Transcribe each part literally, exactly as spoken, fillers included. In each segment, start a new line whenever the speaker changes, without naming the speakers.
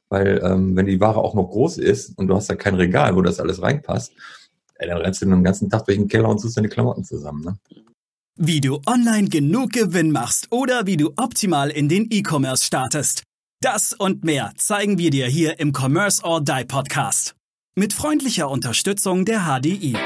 weil ähm, wenn die Ware auch noch groß ist und du hast da kein Regal, wo das alles reinpasst, ey, dann rennst du den ganzen Tag durch den Keller und suchst deine Klamotten zusammen. Ne?
Wie du online genug Gewinn machst oder wie du optimal in den E-Commerce startest. Das und mehr zeigen wir dir hier im Commerce or Die Podcast. Mit freundlicher Unterstützung der H D I.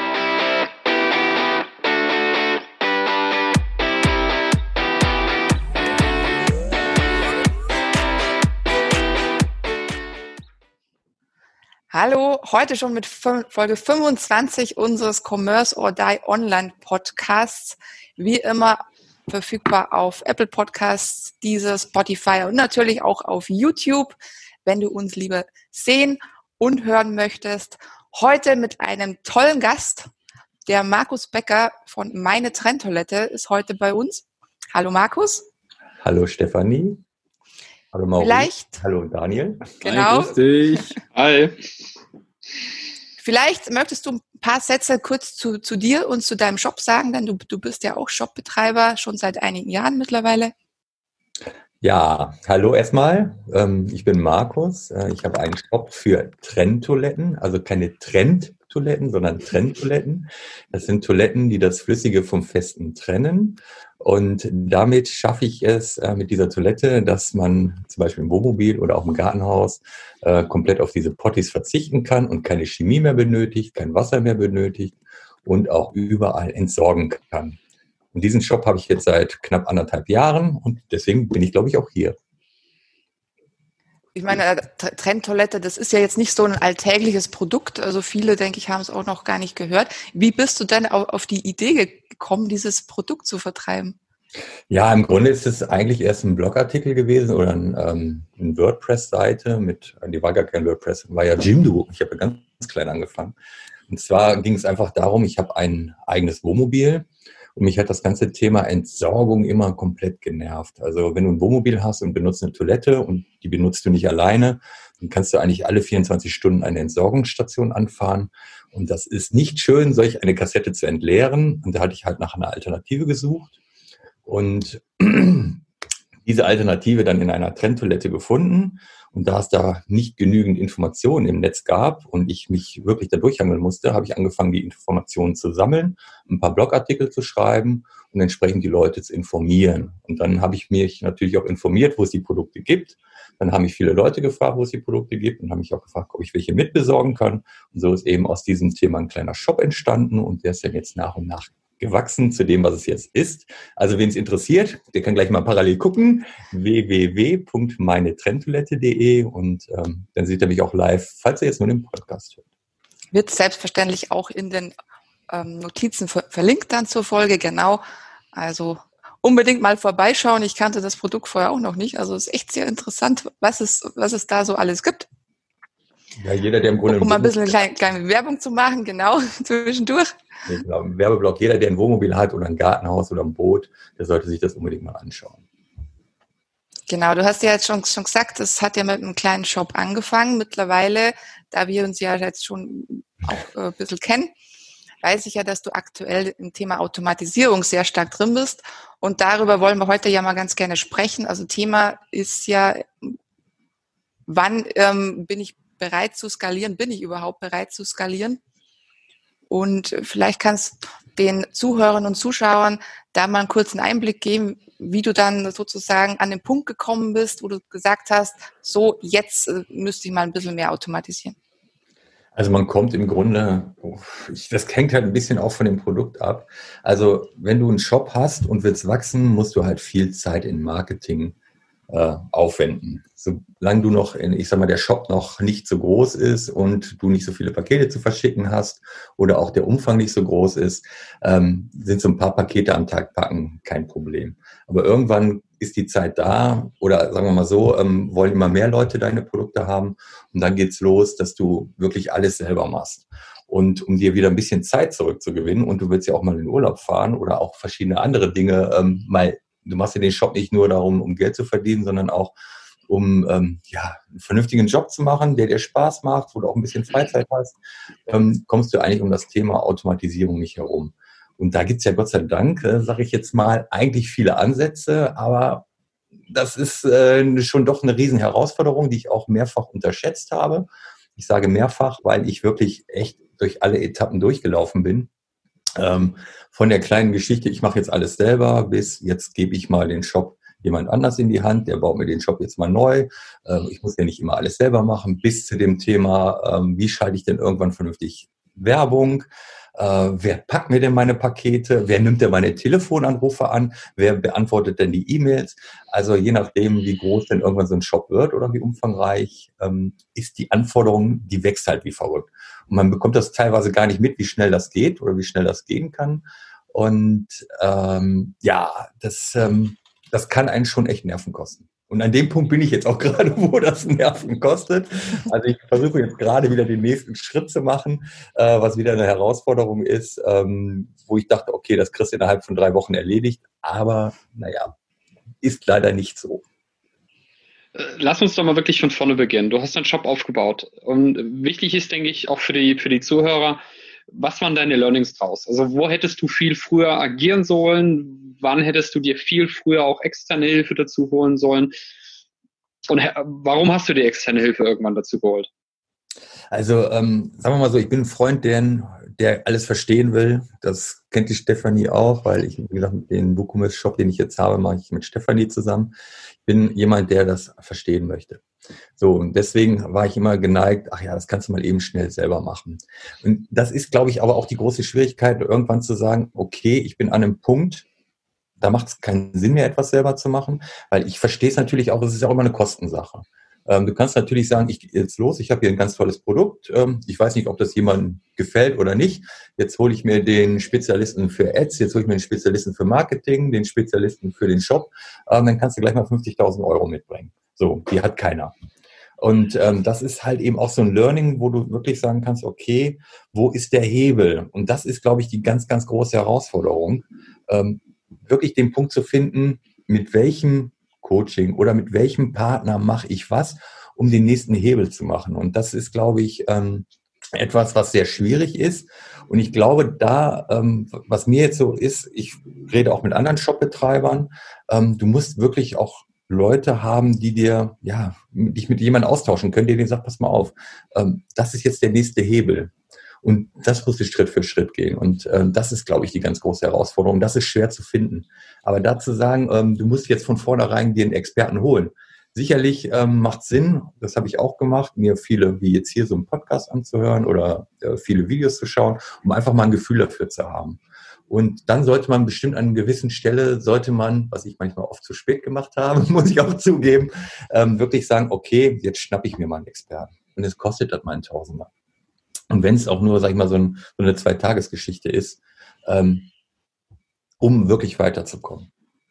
Hallo, heute schon mit Folge fünfundzwanzig unseres Commerce or Die Online Podcasts. Wie immer verfügbar auf Apple Podcasts, Deezer, Spotify und natürlich auch auf YouTube, wenn du uns lieber sehen und hören möchtest. Heute mit einem tollen Gast. Der Markus Becker von Meine Trenntoilette ist heute bei uns. Hallo Markus.
Hallo Stefanie. Hallo Maurice.
Vielleicht.
Hallo Daniel.
Genau.
Hi, grüß dich. Hi.
Vielleicht möchtest du ein paar Sätze kurz zu, zu dir und zu deinem Shop sagen, denn du, du bist ja auch Shopbetreiber, schon seit einigen Jahren mittlerweile.
Ja, hallo erstmal. Ich bin Markus. Ich habe einen Shop für Trenntoiletten, also keine Trendtoiletten, sondern Trenntoiletten. Das sind Toiletten, die das Flüssige vom Festen trennen. Und damit schaffe ich es äh, mit dieser Toilette, dass man zum Beispiel im Wohnmobil oder auch im Gartenhaus äh, komplett auf diese Potties verzichten kann und keine Chemie mehr benötigt, kein Wasser mehr benötigt und auch überall entsorgen kann. Und diesen Shop habe ich jetzt seit knapp anderthalb Jahren und deswegen bin ich, glaube ich, auch hier.
Ich meine, Trenntoilette, das ist ja jetzt nicht so ein alltägliches Produkt. Also viele, denke ich, haben es auch noch gar nicht gehört. Wie bist du denn auf die Idee gekommen, dieses Produkt zu vertreiben?
Ja, im Grunde ist es eigentlich erst ein Blogartikel gewesen oder ein, ähm, eine WordPress-Seite mit, die war gar kein WordPress, war ja Jimdo. Ich habe ganz klein angefangen. Und zwar ging es einfach darum, ich habe ein eigenes Wohnmobil. Und mich hat das ganze Thema Entsorgung immer komplett genervt. Also wenn du ein Wohnmobil hast und benutzt eine Toilette und die benutzt du nicht alleine, dann kannst du eigentlich alle vierundzwanzig Stunden eine Entsorgungsstation anfahren. Und das ist nicht schön, solch eine Kassette zu entleeren. Und da hatte ich halt nach einer Alternative gesucht. Und diese Alternative dann in einer Trenntoilette gefunden. Und da es da nicht genügend Informationen im Netz gab und ich mich wirklich da durchhangeln musste, habe ich angefangen, die Informationen zu sammeln, ein paar Blogartikel zu schreiben und entsprechend die Leute zu informieren. Und dann habe ich mich natürlich auch informiert, wo es die Produkte gibt. Dann haben mich viele Leute gefragt, wo es die Produkte gibt und haben mich auch gefragt, ob ich welche mitbesorgen kann. Und so ist eben aus diesem Thema ein kleiner Shop entstanden und der ist dann jetzt nach und nach gewachsen zu dem, was es jetzt ist. Also wen es interessiert, der kann gleich mal parallel gucken, w w w punkt meine trenntoilette punkt d e und ähm, dann sieht er mich auch live, falls er jetzt nur den Podcast hört.
Wird selbstverständlich auch in den ähm, Notizen ver- verlinkt dann zur Folge, genau. Also unbedingt mal vorbeischauen. Ich kannte das Produkt vorher auch noch nicht. Also es ist echt sehr interessant, was es, was es da so alles gibt.
Ja, jeder, der im Grunde...
Um mal ein bisschen eine kleine, kleine Werbung zu machen, genau, zwischendurch.
Ja, genau, im Werbeblock, jeder, der ein Wohnmobil hat oder ein Gartenhaus oder ein Boot, der sollte sich das unbedingt mal anschauen.
Genau, du hast ja jetzt schon, schon gesagt, es hat ja mit einem kleinen Shop angefangen. Mittlerweile, da wir uns ja jetzt schon auch äh, ein bisschen kennen, weiß ich ja, dass du aktuell im Thema Automatisierung sehr stark drin bist. Und darüber wollen wir heute ja mal ganz gerne sprechen. Also Thema ist ja, wann ähm, bin ich bereit zu skalieren? Bin ich überhaupt bereit zu skalieren? Und vielleicht kannst den Zuhörern und Zuschauern da mal einen kurzen Einblick geben, wie du dann sozusagen an den Punkt gekommen bist, wo du gesagt hast, so jetzt äh, müsste ich mal ein bisschen mehr automatisieren.
Also man kommt im Grunde, ich, das hängt halt ein bisschen auch von dem Produkt ab. Also wenn du einen Shop hast und willst wachsen, musst du halt viel Zeit in Marketing äh, aufwenden. Solange du noch, in, ich sag mal, der Shop noch nicht so groß ist und du nicht so viele Pakete zu verschicken hast oder auch der Umfang nicht so groß ist, ähm, sind so ein paar Pakete am Tag packen kein Problem. Aber irgendwann ist die Zeit da oder sagen wir mal so, ähm, wollen immer mehr Leute deine Produkte haben und dann geht's los, dass du wirklich alles selber machst. Und um dir wieder ein bisschen Zeit zurückzugewinnen und du willst ja auch mal in den Urlaub fahren oder auch verschiedene andere Dinge ähm, mal, du machst ja den Shop nicht nur darum, um Geld zu verdienen, sondern auch um ähm, ja, einen vernünftigen Job zu machen, der dir Spaß macht, wo du auch ein bisschen Freizeit hast, ähm, kommst du eigentlich um das Thema Automatisierung nicht herum. Und da gibt's ja Gott sei Dank, äh, sage ich jetzt mal, eigentlich viele Ansätze, aber das ist äh, schon doch eine riesen Herausforderung, die ich auch mehrfach unterschätzt habe. Ich sage mehrfach, weil ich wirklich echt durch alle Etappen durchgelaufen bin. Ähm, von der kleinen Geschichte, ich mache jetzt alles selber, bis jetzt gebe ich mal den Shop jemand anders in die Hand, der baut mir den Shop jetzt mal neu. Ähm, ich muss ja nicht immer alles selber machen, bis zu dem Thema, ähm, wie schalte ich denn irgendwann vernünftig Werbung? Äh, wer packt mir denn meine Pakete? Wer nimmt denn meine Telefonanrufe an? Wer beantwortet denn die E-Mails? Also je nachdem, wie groß denn irgendwann so ein Shop wird oder wie umfangreich, ähm, ist die Anforderung, die wächst halt wie verrückt. Und man bekommt das teilweise gar nicht mit, wie schnell das geht oder wie schnell das gehen kann. Und ähm, ja, das, ähm, das kann einen schon echt Nerven kosten. Und an dem Punkt bin ich jetzt auch gerade, wo das Nerven kostet. Also ich versuche jetzt gerade wieder den nächsten Schritt zu machen, äh, was wieder eine Herausforderung ist, ähm, wo ich dachte, okay, das kriegst du innerhalb von drei Wochen erledigt. Aber naja, ist leider nicht so.
Lass uns doch mal wirklich von vorne beginnen. Du hast einen Shop aufgebaut. Und wichtig ist, denke ich, auch für die, für die Zuhörer, was waren deine Learnings draus? Also wo hättest du viel früher agieren sollen? Wann hättest du dir viel früher auch externe Hilfe dazu holen sollen? Und warum hast du die externe Hilfe irgendwann dazu geholt?
Also ähm, sagen wir mal so, ich bin ein Freund, der, der alles verstehen will. Das kennt die Stefanie auch, weil ich, wie gesagt, den WooCommerce-Shop, den ich jetzt habe, mache ich mit Stefanie zusammen. Ich bin jemand, der das verstehen möchte. So, und deswegen war ich immer geneigt, ach ja, das kannst du mal eben schnell selber machen. Und das ist, glaube ich, aber auch die große Schwierigkeit, irgendwann zu sagen, okay, ich bin an einem Punkt, da macht es keinen Sinn mehr, etwas selber zu machen, weil ich verstehe es natürlich auch, es ist ja auch immer eine Kostensache. Ähm, du kannst natürlich sagen, ich gehe jetzt los, ich habe hier ein ganz tolles Produkt, ähm, ich weiß nicht, ob das jemandem gefällt oder nicht, jetzt hole ich mir den Spezialisten für Ads, jetzt hole ich mir den Spezialisten für Marketing, den Spezialisten für den Shop, ähm, dann kannst du gleich mal fünfzigtausend Euro mitbringen. So, die hat keiner. Und ähm, das ist halt eben auch so ein Learning, wo du wirklich sagen kannst, okay, wo ist der Hebel? Und das ist, glaube ich, die ganz, ganz große Herausforderung, ähm, wirklich den Punkt zu finden, mit welchem Coaching oder mit welchem Partner mache ich was, um den nächsten Hebel zu machen. Und das ist, glaube ich, ähm, etwas, was sehr schwierig ist. Und ich glaube, da, ähm, was mir jetzt so ist, ich rede auch mit anderen Shopbetreibern, ähm, du musst wirklich auch Leute haben, die dir, ja, dich mit jemandem austauschen können, der dir sagt, pass mal auf, ähm, das ist jetzt der nächste Hebel. Und das musst du Schritt für Schritt gehen. Und ähm, das ist, glaube ich, die ganz große Herausforderung. Das ist schwer zu finden. Aber dazu sagen, ähm, du musst jetzt von vornherein dir einen Experten holen. Sicherlich ähm, macht Sinn, das habe ich auch gemacht, mir viele, wie jetzt hier, so einen Podcast anzuhören oder äh, viele Videos zu schauen, um einfach mal ein Gefühl dafür zu haben. Und dann sollte man bestimmt an einer gewissen Stelle, sollte man, was ich manchmal oft zu spät gemacht habe, muss ich auch zugeben, ähm, wirklich sagen, okay, jetzt schnappe ich mir mal einen Experten. Und es kostet das mal einen Tausender. Und wenn es auch nur, sag ich mal, so, ein, so eine Zweitagesgeschichte ist, ähm, um wirklich weiterzukommen.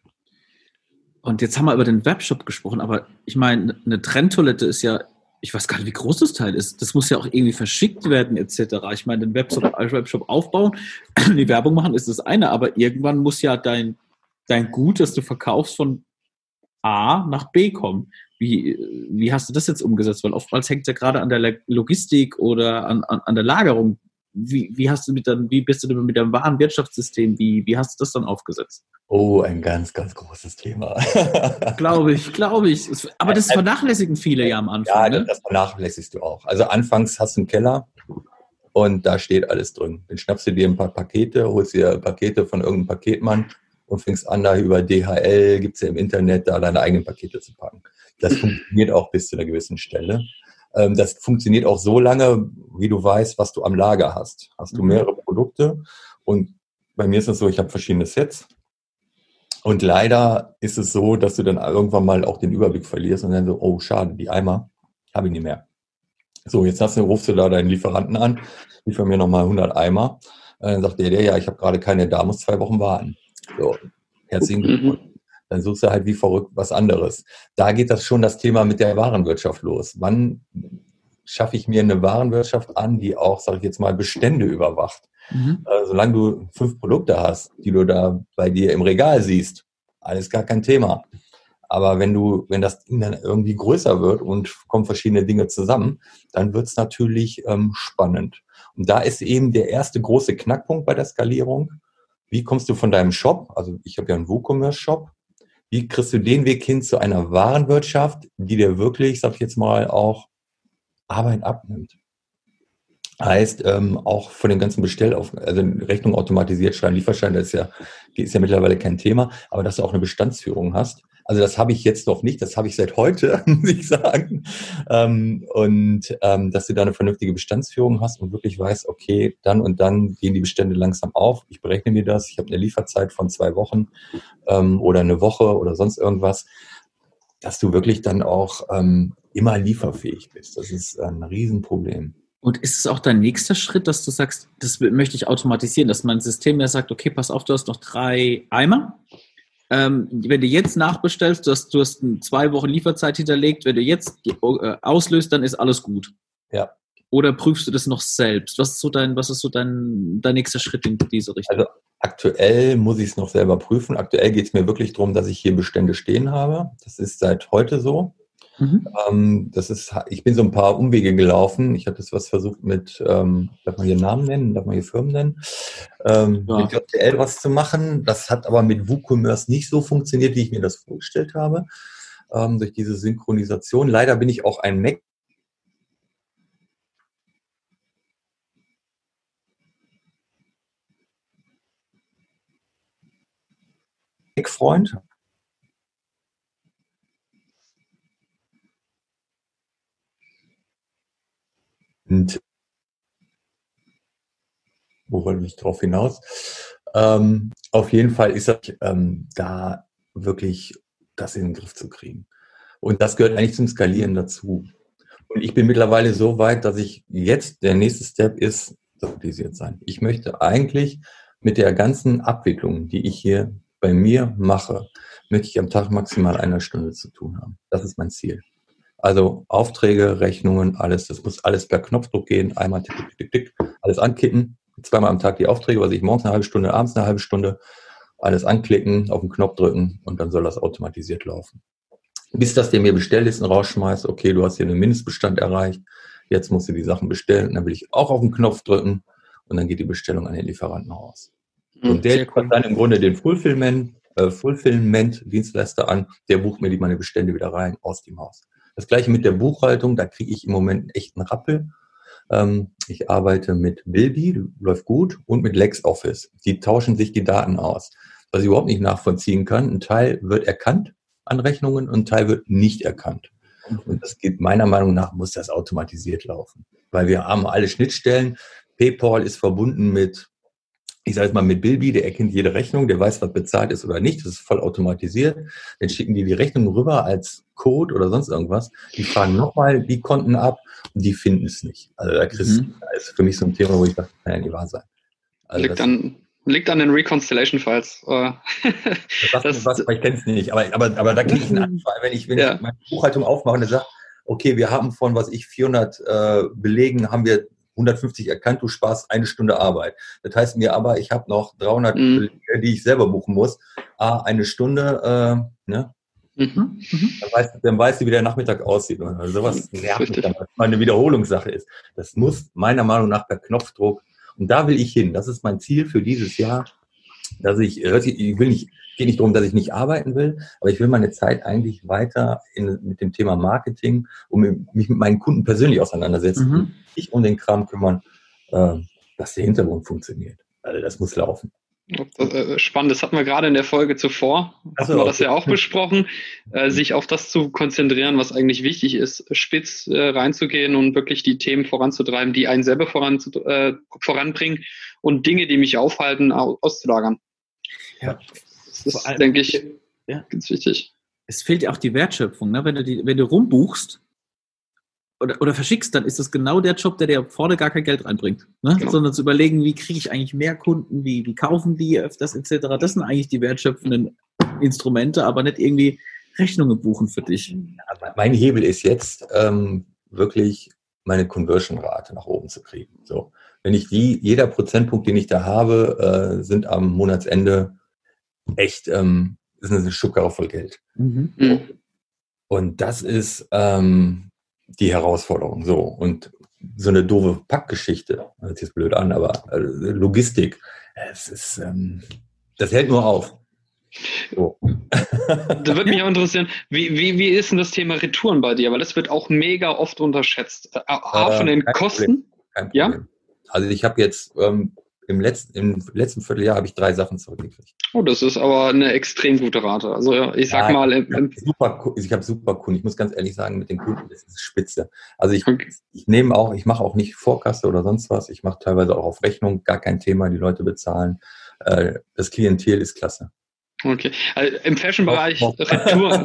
Und jetzt haben wir über den Webshop gesprochen, aber ich meine, eine Trenntoilette ist ja, ich weiß gar nicht, wie groß das Teil ist. Das muss ja auch irgendwie verschickt werden et cetera. Ich meine, den Webshop, Webshop aufbauen, die Werbung machen, ist das eine, aber irgendwann muss ja dein, dein Gut, das du verkaufst, von A nach B kommen. Wie, wie hast du das jetzt umgesetzt? Weil oftmals hängt es ja gerade an der Logistik oder an, an, an der Lagerung. Wie, wie hast du mit dann, wie bist du denn mit deinem Warenwirtschaftssystem? Wie, wie hast du das dann aufgesetzt?
Oh, ein ganz, ganz großes Thema.
Glaube ich, glaube ich. Aber das vernachlässigen viele ja am Anfang.
Ja,
ne?
Das vernachlässigst du auch. Also anfangs hast du einen Keller und da steht alles drin. Dann schnappst du dir ein paar Pakete, holst dir Pakete von irgendeinem Paketmann und fängst an, da über D H L, gibt es ja im Internet, da deine eigenen Pakete zu packen. Das funktioniert auch bis zu einer gewissen Stelle. Das funktioniert auch so lange, wie du weißt, was du am Lager hast. Hast du mehrere Produkte und bei mir ist es so, ich habe verschiedene Sets und leider ist es so, dass du dann irgendwann mal auch den Überblick verlierst und dann so, oh schade, die Eimer habe ich nicht mehr. So, jetzt hast du, rufst du da deinen Lieferanten an, liefer mir nochmal hundert Eimer. Dann sagt der, der ja, ich habe gerade keine da, muss zwei Wochen warten. So, herzlichen Glückwunsch. Dann suchst du halt wie verrückt was anderes. Da geht das schon das Thema mit der Warenwirtschaft los. Wann schaffe ich mir eine Warenwirtschaft an, die auch, sage ich jetzt mal, Bestände überwacht? Mhm. Äh, solange du fünf Produkte hast, die du da bei dir im Regal siehst, alles gar kein Thema. Aber wenn du, wenn das Ding dann irgendwie größer wird und kommen verschiedene Dinge zusammen, dann wird es natürlich ähm, spannend. Und da ist eben der erste große Knackpunkt bei der Skalierung. Wie kommst du von deinem Shop, also ich habe ja einen WooCommerce-Shop, wie kriegst du den Weg hin zu einer Warenwirtschaft, die dir wirklich, sag ich jetzt mal, auch Arbeit abnimmt? Heißt, ähm, auch von den ganzen Bestellauf, also Rechnung automatisiert schreiben, Lieferschein, das ist ja, ist ja mittlerweile kein Thema, aber dass du auch eine Bestandsführung hast. Also das habe ich jetzt noch nicht, das habe ich seit heute, muss ich sagen. Ähm, und ähm, dass du da eine vernünftige Bestandsführung hast und wirklich weißt, okay, dann und dann gehen die Bestände langsam auf. Ich berechne mir das, ich habe eine Lieferzeit von zwei Wochen ähm, oder eine Woche oder sonst irgendwas, dass du wirklich dann auch ähm, immer lieferfähig bist. Das ist ein Riesenproblem.
Und ist es auch dein nächster Schritt, dass du sagst, das möchte ich automatisieren, dass mein System ja sagt, okay, pass auf, du hast noch drei Eimer. Ähm, wenn du jetzt nachbestellst, du hast, du hast eine zwei Wochen Lieferzeit hinterlegt, wenn du jetzt äh, auslöst, dann ist alles gut.
Ja.
Oder prüfst du das noch selbst? Was ist so dein, was ist so dein, dein nächster Schritt in diese Richtung?
Also aktuell muss ich es noch selber prüfen. Aktuell geht es mir wirklich darum, dass ich hier Bestände stehen habe. Das ist seit heute so. Mhm. Ähm, das ist, ich bin so ein paar Umwege gelaufen. Ich hatte das was versucht mit, ähm, darf man hier Namen nennen, darf man hier Firmen nennen, ähm, ja. mit J T L was zu machen. Das hat aber mit WooCommerce nicht so funktioniert, wie ich mir das vorgestellt habe, ähm, durch diese Synchronisation. Leider bin ich auch ein Mac. Freund. Und wo wollte ich drauf hinaus? Ähm, auf jeden Fall ist das ähm, da wirklich das in den Griff zu kriegen. Und das gehört eigentlich zum Skalieren dazu. Und ich bin mittlerweile so weit, dass ich jetzt, der nächste Step ist, automatisiert sein. Ich möchte eigentlich mit der ganzen Abwicklung, die ich hier bei mir mache, möchte ich am Tag maximal eine Stunde zu tun haben. Das ist mein Ziel. Also Aufträge, Rechnungen, alles, das muss alles per Knopfdruck gehen, einmal tick, tick, tick, tick, alles ankippen, zweimal am Tag die Aufträge, was ich morgens eine halbe Stunde, abends eine halbe Stunde, alles anklicken, auf den Knopf drücken und dann soll das automatisiert laufen. Bis das der mir Bestelllisten rausschmeißt, okay, du hast hier einen Mindestbestand erreicht, jetzt musst du die Sachen bestellen, dann will ich auch auf den Knopf drücken und dann geht die Bestellung an den Lieferanten raus. Und der liefert dann im Grunde den Fulfillment, äh, Fulfillment-Dienstleister an, der bucht mir die meine Bestände wieder rein aus dem Haus. Das gleiche mit der Buchhaltung, da kriege ich im Moment einen echten Rappel. Ähm, ich arbeite mit Bilby, läuft gut, und mit LexOffice. Die tauschen sich die Daten aus. Was ich überhaupt nicht nachvollziehen kann, ein Teil wird erkannt an Rechnungen und ein Teil wird nicht erkannt. Und das geht meiner Meinung nach, muss das automatisiert laufen. Weil wir haben alle Schnittstellen. PayPal ist verbunden mit, ich sage jetzt mal mit Bilby, der erkennt jede Rechnung, der weiß, was bezahlt ist oder nicht, das ist voll automatisiert. Dann schicken die die Rechnung rüber als Code oder sonst irgendwas. Die fragen nochmal die Konten ab und die finden es nicht. Also da kriegst, mhm. das ist für mich so ein Thema, wo ich dachte, kann ja nicht wahr sein. Also
liegt, an, liegt an den Reconciliation-Files.
Das das, was, aber ich kenne es nicht. Aber, aber, aber da kriege ich einen Anfall, wenn ich, wenn ja. ich meine Buchhaltung aufmache und sage, okay, wir haben von, was ich, vierhundert äh, Belegen, haben wir hundertfünfzig erkannt, du sparst eine Stunde Arbeit. Das heißt mir aber, ich habe noch dreihundert mhm. Belege, die ich selber buchen muss. Ah, eine Stunde, äh, ne? Mhm. Dann, weißt, dann weißt du, wie der Nachmittag aussieht. Also sowas nervt mich dann, weil es mal eine Wiederholungssache ist. Das muss meiner Meinung nach per Knopfdruck, und da will ich hin. Das ist mein Ziel für dieses Jahr, dass ich, ich will nicht, geht nicht darum, dass ich nicht arbeiten will, aber ich will meine Zeit eigentlich weiter in, mit dem Thema Marketing und mich mit meinen Kunden persönlich auseinandersetzen, mhm. ich um den Kram kümmern, äh, dass der Hintergrund funktioniert. Also das muss laufen.
Spannend, das hatten wir gerade in der Folge zuvor, hatten wir das ja auch besprochen, äh, sich auf das zu konzentrieren, was eigentlich wichtig ist, spitz äh, reinzugehen und wirklich die Themen voranzutreiben, die einen selber voran, äh, voranbringen und Dinge, die mich aufhalten, auszulagern.
Ja.
Das ist, denke ich, ja. ganz wichtig.
Es fehlt ja auch die Wertschöpfung, ne? Wenn du die, wenn du rumbuchst oder, oder verschickst, dann ist das genau der Job, der dir vorne gar kein Geld reinbringt. Ne? Genau. Sondern zu überlegen, wie kriege ich eigentlich mehr Kunden, wie, wie kaufen die öfters et cetera. Das sind eigentlich die wertschöpfenden Instrumente, aber nicht irgendwie Rechnungen buchen für dich.
Ja, mein Hebel ist jetzt ähm, wirklich meine Conversion-Rate nach oben zu kriegen. So, wenn ich die, jeder Prozentpunkt, den ich da habe, äh, sind am Monatsende echt, ähm, ist eine Schuckerei voll Geld. Mhm. So. Und das ist ähm, die Herausforderung. So, und so eine doofe Packgeschichte, das hört sich jetzt blöd an, aber äh, Logistik, es ist, ähm, das hält nur auf. So.
Da würde mich auch interessieren, wie, wie, wie ist denn das Thema Retouren bei dir? Weil das wird auch mega oft unterschätzt. A, von den
kein
Kosten?
Problem. Kein Problem.
Ja?
Also ich habe jetzt ähm, im letzten, im letzten Vierteljahr habe ich drei Sachen zurückgekriegt.
Oh, das ist aber eine extrem gute Rate. Also ich sag ja, mal...
Ich habe super, ich hab super Kunden. Ich muss ganz ehrlich sagen, mit den Kunden, das ist spitze. Also ich,
okay.
ich nehme auch, ich mache auch nicht Vorkasse oder sonst was. Ich mache teilweise auch auf Rechnung, gar kein Thema, die Leute bezahlen. Äh, das Klientel ist klasse.
Okay, also im Fashion-Bereich Retouren.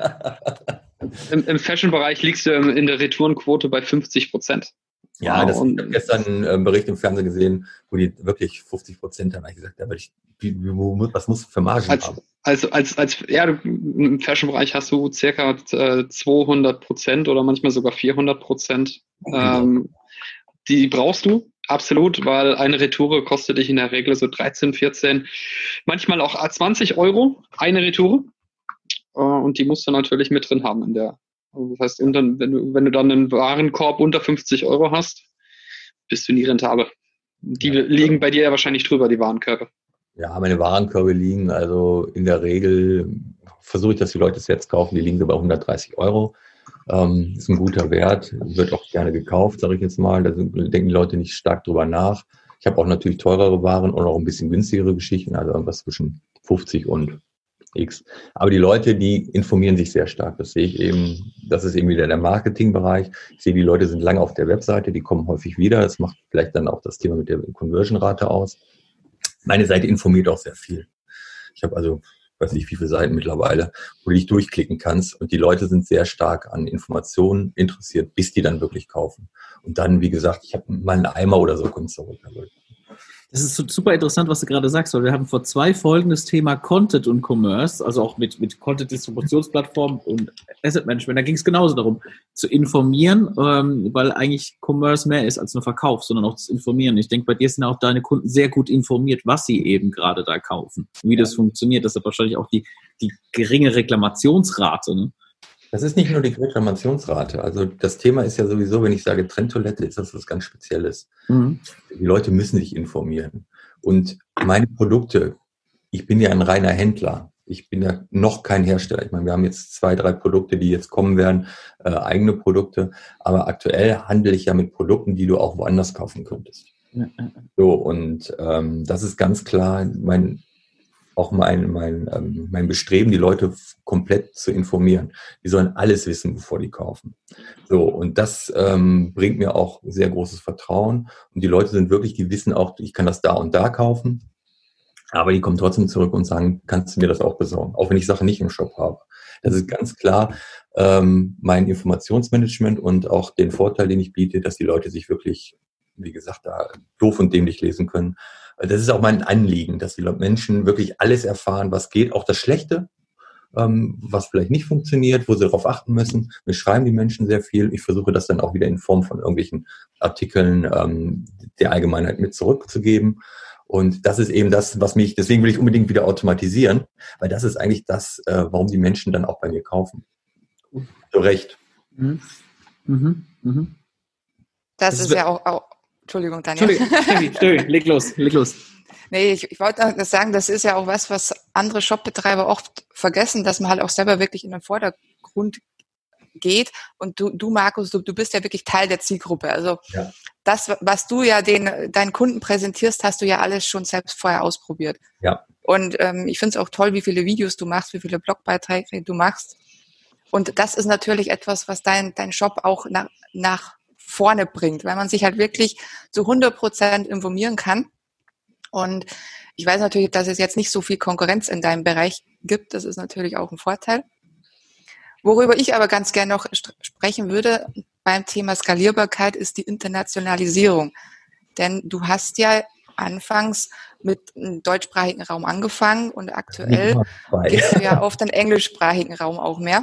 Im, Im Fashion-Bereich liegst du in der Retourenquote bei fünfzig Prozent.
Ja,
wow.
das, ich habe gestern einen Bericht im Fernsehen gesehen, wo die wirklich fünfzig Prozent haben. Da habe ich gesagt, da ich, wie, wo, was muss für Margen
als,
haben?
Als, als, als, ja, im Fashion-Bereich hast du circa zweihundert Prozent oder manchmal sogar vierhundert Prozent. Ähm, die brauchst du. Absolut, weil eine Retoure kostet dich in der Regel so dreizehn, vierzehn, manchmal auch zwanzig Euro, eine Retoure. Und die musst du natürlich mit drin haben in der. Also das heißt, unter, wenn du, wenn du dann einen Warenkorb unter fünfzig Euro hast, bist du nie rentabel. Die ja. liegen bei dir ja wahrscheinlich drüber, die Warenkörbe.
Ja, meine Warenkörbe liegen also in der Regel, versuche ich, dass die Leute es jetzt kaufen, die liegen so bei hundertdreißig Euro. Ähm, ist ein guter Wert, wird auch gerne gekauft, sage ich jetzt mal. Da denken die Leute nicht stark drüber nach. Ich habe auch natürlich teurere Waren und auch ein bisschen günstigere Geschichten, also irgendwas zwischen fünfzig und X. Aber die Leute, die informieren sich sehr stark. Das sehe ich eben, das ist eben wieder der Marketingbereich. Ich sehe, die Leute sind lange auf der Webseite, die kommen häufig wieder. Das macht vielleicht dann auch das Thema mit der Conversion-Rate aus. Meine Seite informiert auch sehr viel. Ich habe also weiß nicht, wie viele Seiten mittlerweile, wo du dich durchklicken kannst. Und die Leute sind sehr stark an Informationen interessiert, bis die dann wirklich kaufen. Und dann, wie gesagt, ich habe mal einen Eimer oder so Kunst zurück.
Das ist super interessant, was du gerade sagst, weil wir haben vor zwei Folgen das Thema Content und Commerce, also auch mit, mit Content-Distributionsplattformen und Asset Management. Da ging es genauso darum, zu informieren, ähm, weil eigentlich Commerce mehr ist als nur Verkauf, sondern auch das Informieren. Ich denke, bei dir sind auch deine Kunden sehr gut informiert, was sie eben gerade da kaufen, wie das funktioniert. Das ist wahrscheinlich auch die, die geringe Reklamationsrate, ne?
Das ist nicht nur die Reklamationsrate. Also das Thema ist ja sowieso, wenn ich sage Trendtoilette, ist das was ganz Spezielles. Mhm. Die Leute müssen sich informieren. Und meine Produkte, ich bin ja ein reiner Händler. Ich bin ja noch kein Hersteller. Ich meine, wir haben jetzt zwei, drei Produkte, die jetzt kommen werden, äh, eigene Produkte. Aber aktuell handle ich ja mit Produkten, die du auch woanders kaufen könntest. Ja. So, und ähm, das ist ganz klar mein auch mein, mein, ähm, mein Bestreben, die Leute komplett zu informieren. Die sollen alles wissen, bevor die kaufen. So, und das ähm, bringt mir auch sehr großes Vertrauen. Und die Leute sind wirklich, die wissen auch, ich kann das da und da kaufen. Aber die kommen trotzdem zurück und sagen, kannst du mir das auch besorgen? Auch wenn ich Sachen nicht im Shop habe. Das ist ganz klar ähm, mein Informationsmanagement und auch den Vorteil, den ich biete, dass die Leute sich wirklich, wie gesagt, da doof und dämlich lesen können. Das ist auch mein Anliegen, dass die Menschen wirklich alles erfahren, was geht, auch das Schlechte, ähm, was vielleicht nicht funktioniert, wo sie darauf achten müssen. Mir schreiben die Menschen sehr viel. Ich versuche das dann auch wieder in Form von irgendwelchen Artikeln ähm, der Allgemeinheit mit zurückzugeben. Und das ist eben das, was mich, deswegen will ich unbedingt wieder automatisieren, weil das ist eigentlich das, äh, warum die Menschen dann auch bei mir kaufen. Zu Recht.
Mhm. Mhm. Mhm. Das, das ist ja auch, auch Entschuldigung, Daniel.
Entschuldigung, Entschuldigung, leg los, leg los.
Nee, ich, ich wollte sagen, das ist ja auch was, was andere Shopbetreiber oft vergessen, dass man halt auch selber wirklich in den Vordergrund geht. Und du, du Markus, du, du bist ja wirklich Teil der Zielgruppe. Also ja. Das, was du ja den deinen Kunden präsentierst, hast du ja alles schon selbst vorher ausprobiert.
Ja.
Und ähm, ich finde es auch toll, wie viele Videos du machst, wie viele Blogbeiträge du machst. Und das ist natürlich etwas, was dein, dein Shop auch nach, nach vorne bringt, weil man sich halt wirklich zu hundert Prozent informieren kann. Und ich weiß natürlich, dass es jetzt nicht so viel Konkurrenz in deinem Bereich gibt. Das ist natürlich auch ein Vorteil. Worüber ich aber ganz gerne noch sprechen würde beim Thema Skalierbarkeit ist die Internationalisierung. Denn du hast ja anfangs mit dem deutschsprachigen Raum angefangen und aktuell gehst du ja auf den englischsprachigen Raum auch mehr.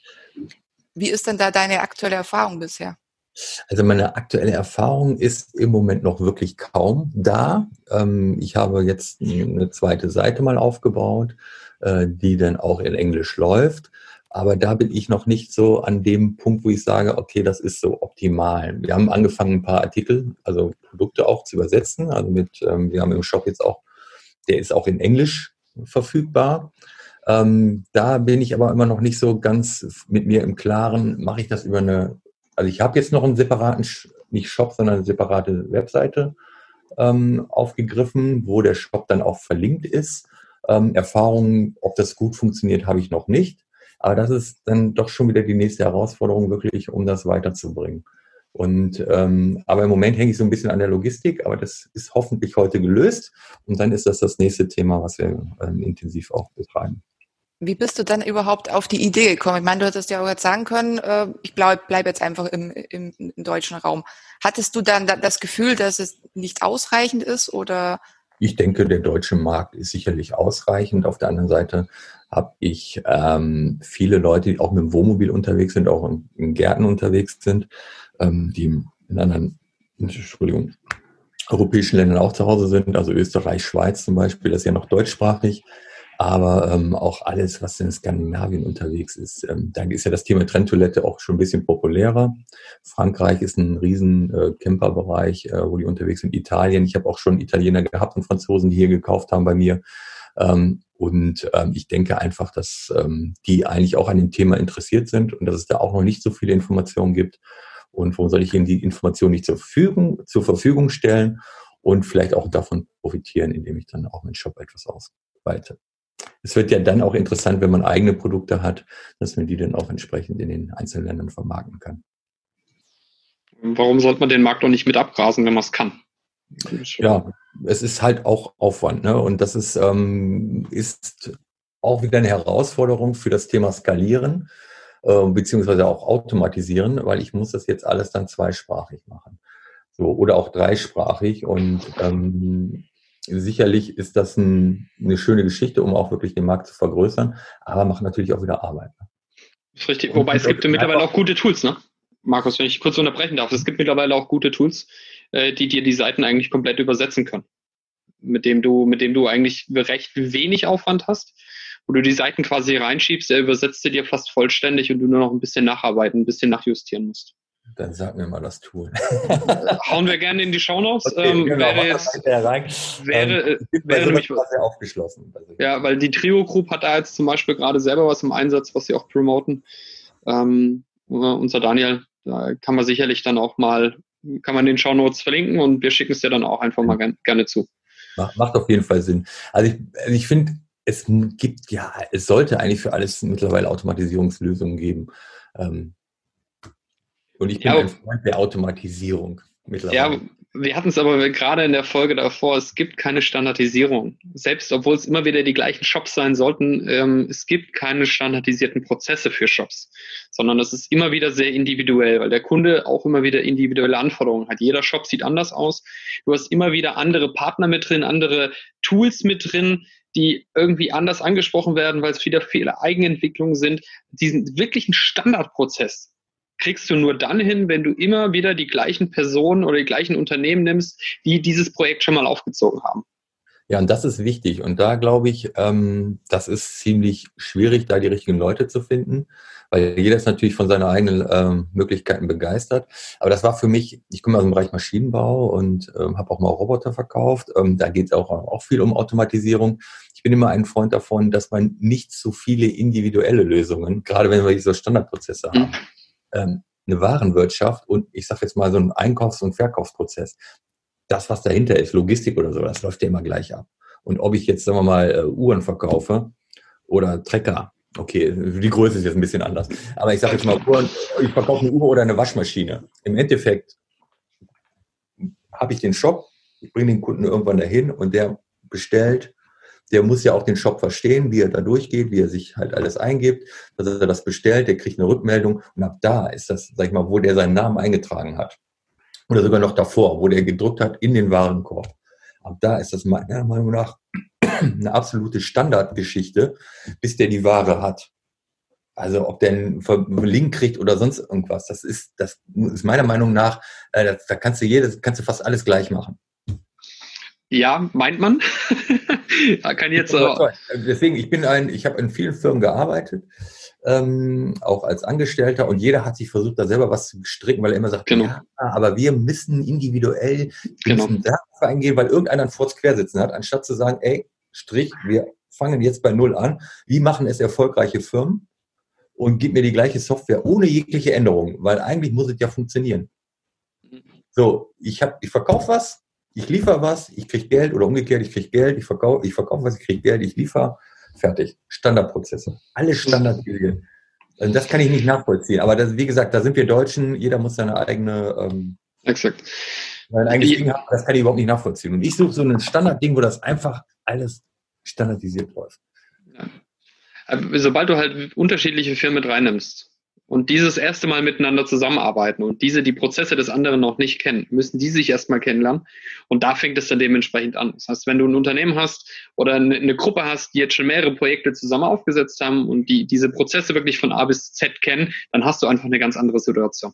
Wie ist denn da deine aktuelle Erfahrung bisher?
Also meine aktuelle Erfahrung ist im Moment noch wirklich kaum da. Ich habe jetzt eine zweite Seite mal aufgebaut, die dann auch in Englisch läuft. Aber da bin ich noch nicht so an dem Punkt, wo ich sage, okay, das ist so optimal. Wir haben angefangen, ein paar Artikel, also Produkte auch zu übersetzen. Also mit, wir haben im Shop jetzt auch, der ist auch in Englisch verfügbar. Ähm, da bin ich aber immer noch nicht so ganz mit mir im Klaren, mache ich das über eine, also ich habe jetzt noch einen separaten, nicht Shop, sondern eine separate Webseite ähm, aufgegriffen, wo der Shop dann auch verlinkt ist. Ähm, Erfahrungen, ob das gut funktioniert, habe ich noch nicht. Aber das ist dann doch schon wieder die nächste Herausforderung, wirklich, um das weiterzubringen. Und ähm, aber im Moment hänge ich so ein bisschen an der Logistik, aber das ist hoffentlich heute gelöst. Und dann ist das das nächste Thema, was wir ähm, intensiv auch betreiben.
Wie bist du dann überhaupt auf die Idee gekommen? Ich meine, du hättest ja auch jetzt sagen können, äh, ich bleib, bleib jetzt einfach im, im, im deutschen Raum. Hattest du dann das Gefühl, dass es nicht ausreichend ist oder?
Ich denke, der deutsche Markt ist sicherlich ausreichend. Auf der anderen Seite habe ich ähm, viele Leute, die auch mit dem Wohnmobil unterwegs sind, auch in, in Gärten unterwegs sind, ähm, die in anderen, Entschuldigung, europäischen Ländern auch zu Hause sind, also Österreich, Schweiz zum Beispiel, das ist ja noch deutschsprachig. Aber ähm, auch alles, was in Skandinavien unterwegs ist. Ähm, da ist ja das Thema Trenntoilette auch schon ein bisschen populärer. Frankreich ist ein riesen äh, Camperbereich, äh, wo die unterwegs sind. Italien, ich habe auch schon Italiener gehabt und Franzosen, die hier gekauft haben bei mir. Ähm, und ähm, ich denke einfach, dass ähm, die eigentlich auch an dem Thema interessiert sind und dass es da auch noch nicht so viele Informationen gibt. Und warum soll ich ihnen die Informationen nicht zur Verfügung, zur Verfügung stellen und vielleicht auch davon profitieren, indem ich dann auch meinen Shop etwas ausweite. Es wird ja dann auch interessant, wenn man eigene Produkte hat, dass man die dann auch entsprechend in den einzelnen Ländern vermarkten kann.
Warum sollte man den Markt doch nicht mit abgrasen, wenn man es kann?
Ja, es ist halt auch Aufwand, ne? Und das ist, ähm, ist auch wieder eine Herausforderung für das Thema Skalieren, äh, beziehungsweise auch Automatisieren, weil ich muss das jetzt alles dann zweisprachig machen. So, oder auch dreisprachig und ähm, sicherlich ist das ein, eine schöne Geschichte, um auch wirklich den Markt zu vergrößern, aber macht natürlich auch wieder Arbeit.
Das ist richtig. Wobei es gibt ja mittlerweile auch gute Tools, ne? Markus, wenn ich kurz unterbrechen darf, es gibt mittlerweile auch gute Tools, die dir die Seiten eigentlich komplett übersetzen können. Mit dem du, mit dem du eigentlich recht wenig Aufwand hast, wo du die Seiten quasi reinschiebst, der übersetzt sie dir fast vollständig und du nur noch ein bisschen nacharbeiten, ein bisschen nachjustieren musst.
Dann sag mir mal das Tool.
Hauen wir gerne in die Shownotes.
Okay,
ähm,
genau,
wäre jetzt, wäre,
ähm,
wäre nämlich
sehr aufgeschlossen.
Ja, weil die Trio Group hat da jetzt zum Beispiel gerade selber was im Einsatz, was sie auch promoten. Ähm, unser Daniel, da kann man sicherlich dann auch mal, kann man in den Shownotes verlinken und wir schicken es dir dann auch einfach mal gerne, gerne zu.
Macht, macht auf jeden Fall Sinn. Also ich, also ich finde, es gibt ja, es sollte eigentlich für alles mittlerweile Automatisierungslösungen geben. Ähm, Und ich bin ja, ein Freund der Automatisierung mittlerweile.
Ja, wir hatten es aber gerade in der Folge davor, es gibt keine Standardisierung. Selbst obwohl es immer wieder die gleichen Shops sein sollten, ähm, es gibt keine standardisierten Prozesse für Shops, sondern es ist immer wieder sehr individuell, weil der Kunde auch immer wieder individuelle Anforderungen hat. Jeder Shop sieht anders aus. Du hast immer wieder andere Partner mit drin, andere Tools mit drin, die irgendwie anders angesprochen werden, weil es wieder viele Eigenentwicklungen sind. Diesen wirklichen Standardprozess kriegst du nur dann hin, wenn du immer wieder die gleichen Personen oder die gleichen Unternehmen nimmst, die dieses Projekt schon mal aufgezogen haben.
Ja, und das ist wichtig. Und da glaube ich, ähm, das ist ziemlich schwierig, da die richtigen Leute zu finden, weil jeder ist natürlich von seinen eigenen ähm, Möglichkeiten begeistert. Aber das war für mich, ich komme aus dem Bereich Maschinenbau und ähm, habe auch mal Roboter verkauft. Ähm, da geht es auch, auch viel um Automatisierung. Ich bin immer ein Freund davon, dass man nicht zu viele individuelle Lösungen, gerade wenn wir diese Standardprozesse haben, ähm, eine Warenwirtschaft und ich sage jetzt mal so ein Einkaufs- und Verkaufsprozess, das, was dahinter ist, Logistik oder so, das läuft ja immer gleich ab. Und ob ich jetzt, sagen wir mal, Uhren verkaufe oder Trecker, okay, die Größe ist jetzt ein bisschen anders, aber ich sage jetzt mal Uhren, ich verkaufe eine Uhr oder eine Waschmaschine. Im Endeffekt habe ich den Shop, ich bringe den Kunden irgendwann dahin und der bestellt, der muss ja auch den Shop verstehen, wie er da durchgeht, wie er sich halt alles eingibt, dass er das bestellt, der kriegt eine Rückmeldung und ab da ist das, sag ich mal, wo der seinen Namen eingetragen hat. Oder sogar noch davor, wo der gedruckt hat in den Warenkorb. Ab da ist das meiner Meinung nach eine absolute Standardgeschichte, bis der die Ware hat. Also ob der einen Link kriegt oder sonst irgendwas, das ist, das ist meiner Meinung nach, äh, da kannst du jedes, kannst du fast alles gleich machen.
Ja, meint man. Da kann jetzt
auch. Deswegen, ich bin ein, ich habe in vielen Firmen gearbeitet, ähm, auch als Angestellter, und jeder hat sich versucht, da selber was zu stricken, weil er immer sagt,
genau.
Ja, aber wir müssen individuell
genau.
müssen da eingehen, weil irgendeiner einen Furz quersitzen hat, anstatt zu sagen, ey, Strich, wir fange jetzt bei Null an. Wie machen es erfolgreiche Firmen? Und gib mir die gleiche Software ohne jegliche Änderung, weil eigentlich muss es ja funktionieren. So, ich habe, ich verkaufe was, ich liefere was, ich kriege Geld oder umgekehrt, ich kriege Geld, ich verkaufe, ich verkaufe was, ich kriege Geld, ich liefere, fertig. Standardprozesse. Alles standardisiert. Also das kann ich nicht nachvollziehen. Aber das, wie gesagt, da sind wir Deutschen, jeder muss seine eigene ähm,
Exakt.
sein eigenes Ding haben, das kann ich überhaupt nicht nachvollziehen. Und ich suche so ein Standardding, wo das einfach alles standardisiert läuft.
Ja. Sobald du halt unterschiedliche Firmen mit reinnimmst und dieses erste Mal miteinander zusammenarbeiten und diese die Prozesse des anderen noch nicht kennen, müssen die sich erstmal kennenlernen und da fängt es dann dementsprechend an. Das heißt, wenn du ein Unternehmen hast oder eine, eine Gruppe hast, die jetzt schon mehrere Projekte zusammen aufgesetzt haben und die diese Prozesse wirklich von A bis Z kennen, dann hast du einfach eine ganz andere Situation.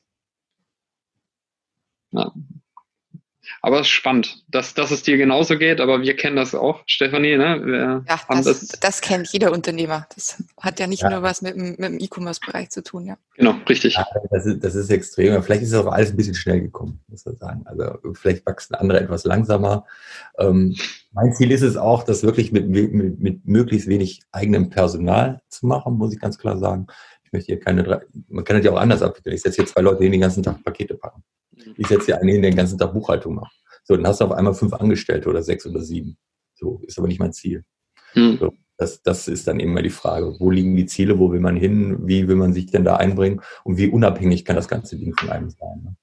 Ja. Aber es ist spannend, dass, dass es dir genauso geht, aber wir kennen das auch, Stefanie. Ne? Wir
ja,
haben
das,
das,
das kennt jeder Unternehmer. Das hat ja nicht
ja.
nur was mit, mit dem E-Commerce-Bereich zu tun. Ja.
Genau, richtig.
Ja, das, ist, das ist extrem. Vielleicht ist es auch alles ein bisschen schnell gekommen, muss man sagen. Also vielleicht wachsen andere etwas langsamer. Ähm, mein Ziel ist es auch, das wirklich mit, mit, mit möglichst wenig eigenem Personal zu machen, muss ich ganz klar sagen. Ich möchte hier keine, man kann das ja auch anders abwickeln. Ich setze hier zwei Leute hin, die den ganzen Tag Pakete packen. Ich setze hier einen hin, der den ganzen Tag Buchhaltung macht. So, dann hast du auf einmal fünf Angestellte oder sechs oder sieben. So, ist aber nicht mein Ziel.
Hm.
So, das, das ist dann immer die Frage. Wo liegen die Ziele? Wo will man hin? Wie will man sich denn da einbringen? Und wie unabhängig kann das ganze Ding von einem sein? Ne?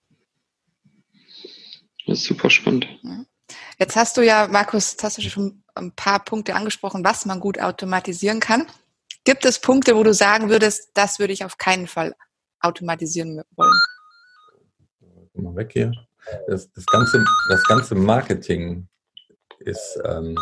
Das ist super spannend.
Jetzt hast du ja, Markus, hast du schon ein paar Punkte angesprochen, was man gut automatisieren kann. Gibt es Punkte, wo du sagen würdest, das würde ich auf keinen Fall automatisieren wollen?
Mal weg hier. Das, das, ganze, das ganze Marketing ist... Ähm,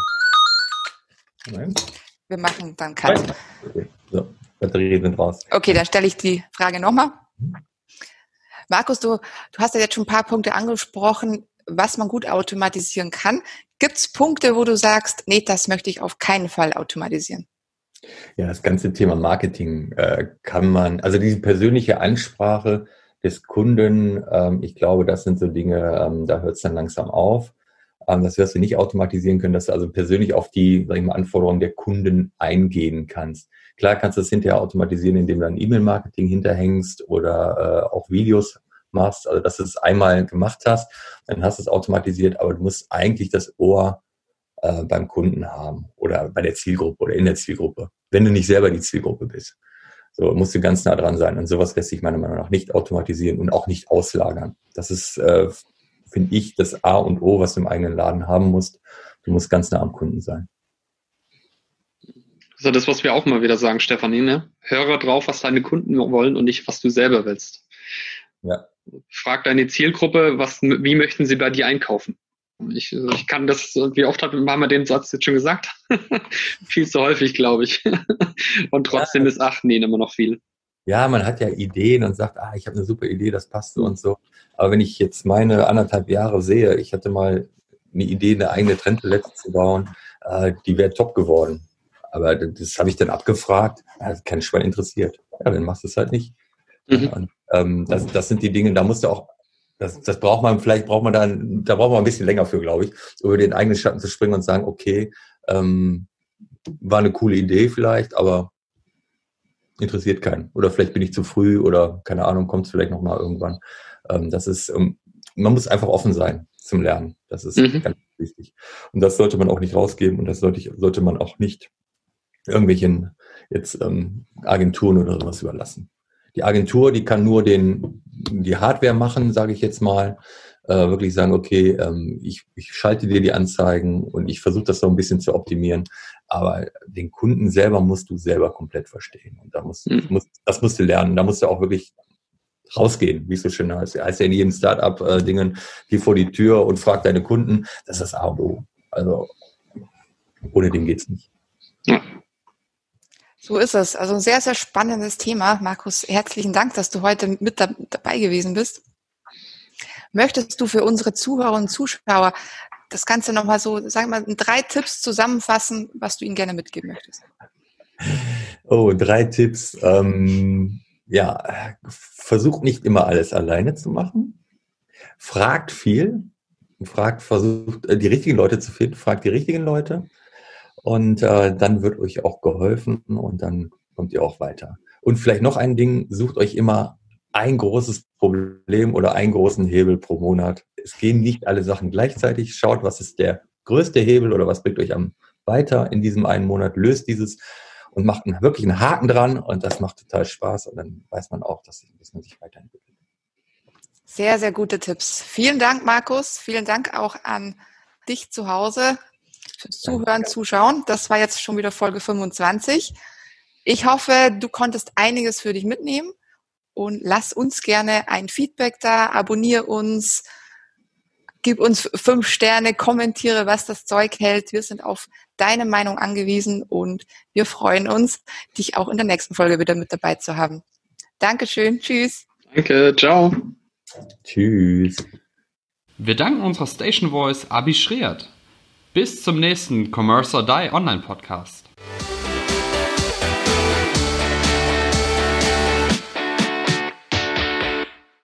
Wir machen dann Cut.
Okay. So, Batterien sind raus.
Okay, dann stelle ich die Frage nochmal. Markus, du, du hast ja jetzt schon ein paar Punkte angesprochen, was man gut automatisieren kann. Gibt es Punkte, wo du sagst, nee, das möchte ich auf keinen Fall automatisieren?
Ja, das ganze Thema Marketing äh, kann man, also diese persönliche Ansprache des Kunden, ähm, ich glaube, das sind so Dinge, ähm, da hört es dann langsam auf. Ähm, das wirst du nicht automatisieren können, dass du also persönlich auf die, sag ich mal, Anforderungen der Kunden eingehen kannst. Klar kannst du das hinterher automatisieren, indem du ein E-Mail-Marketing hinterhängst oder äh, auch Videos machst, also dass du es einmal gemacht hast, dann hast du es automatisiert, aber du musst eigentlich das Ohr äh, beim Kunden haben oder bei der Zielgruppe oder in der Zielgruppe, wenn du nicht selber die Zielgruppe bist. So musst du ganz nah dran sein und sowas lässt sich meiner Meinung nach nicht automatisieren und auch nicht auslagern. Das ist, äh, finde ich, das A und O, was du im eigenen Laden haben musst. Du musst ganz nah am Kunden sein.
Das ist das, was wir auch mal wieder sagen, Stefanie, ne? Höre drauf, was deine Kunden wollen und nicht, was du selber willst.
Ja.
Frag deine Zielgruppe, was, wie möchten sie bei dir einkaufen? Ich, ich kann das, wie oft haben wir den Satz jetzt schon gesagt? Viel zu häufig, glaube ich. Und trotzdem ja. missachten ihn immer noch viel.
Ja, man hat ja Ideen und sagt, ah, ich habe eine super Idee, das passt so und so. Aber wenn ich jetzt meine anderthalb Jahre sehe, ich hatte mal eine Idee, eine eigene Trendtoilette zu bauen, äh, die wäre top geworden. Aber das, das habe ich dann abgefragt, hat kein Schwein interessiert. Ja, dann machst du es halt nicht. Mhm. Und, ähm, das, das sind die Dinge, da musst du auch, das, das braucht man, vielleicht braucht man dann, da braucht man ein bisschen länger für, glaube ich, über den eigenen Schatten zu springen und sagen, okay, ähm, war eine coole Idee vielleicht, aber interessiert keinen. Oder vielleicht bin ich zu früh oder keine Ahnung, kommt es vielleicht nochmal irgendwann. Ähm, das ist, um, man muss einfach offen sein zum Lernen. Das ist mhm. ganz wichtig. Und das sollte man auch nicht rausgeben und das sollte, ich, sollte man auch nicht irgendwelchen jetzt ähm, Agenturen oder sowas überlassen. Die Agentur, die kann nur den, die Hardware machen, sage ich jetzt mal. Äh, wirklich sagen, okay, ähm, ich, ich schalte dir die Anzeigen und ich versuche das so ein bisschen zu optimieren. Aber den Kunden selber musst du selber komplett verstehen. Und da musst, mhm. musst, das musst du lernen. Da musst du auch wirklich rausgehen, wie es so schön heißt. Heißt ja in jedem Start-up-Dingen, geh vor die Tür und frag deine Kunden. Das ist das A und O. Also ohne den geht's nicht.
Ja.
So ist es. Also ein sehr, sehr spannendes Thema. Markus, herzlichen Dank, dass du heute mit da, dabei gewesen bist. Möchtest du für unsere Zuhörer und Zuschauer das Ganze nochmal so, sagen wir mal, in drei Tipps zusammenfassen, was du ihnen gerne mitgeben möchtest?
Oh, drei Tipps. Ähm, ja, versucht nicht immer alles alleine zu machen. Fragt viel. Fragt, versucht die richtigen Leute zu finden. Fragt die richtigen Leute. Und äh, dann wird euch auch geholfen und dann kommt ihr auch weiter. Und vielleicht noch ein Ding, sucht euch immer ein großes Problem oder einen großen Hebel pro Monat. Es gehen nicht alle Sachen gleichzeitig. Schaut, was ist der größte Hebel oder was bringt euch am weiter in diesem einen Monat, löst dieses und macht einen, wirklich einen Haken dran und das macht total Spaß und dann weiß man auch, dass, dass man sich weiterentwickelt.
Sehr, sehr gute Tipps. Vielen Dank, Markus. Vielen Dank auch an dich zu Hause fürs Zuhören, Zuschauen. Das war jetzt schon wieder Folge fünfundzwanzig. Ich hoffe, du konntest einiges für dich mitnehmen und lass uns gerne ein Feedback da, abonniere uns, gib uns fünf Sterne, kommentiere, was das Zeug hält. Wir sind auf deine Meinung angewiesen und wir freuen uns, dich auch in der nächsten Folge wieder mit dabei zu haben. Dankeschön, tschüss.
Danke, ciao.
Tschüss.
Wir danken unserer Station Voice Abi Schreert. Bis zum nächsten Commerce or Die Online Podcast.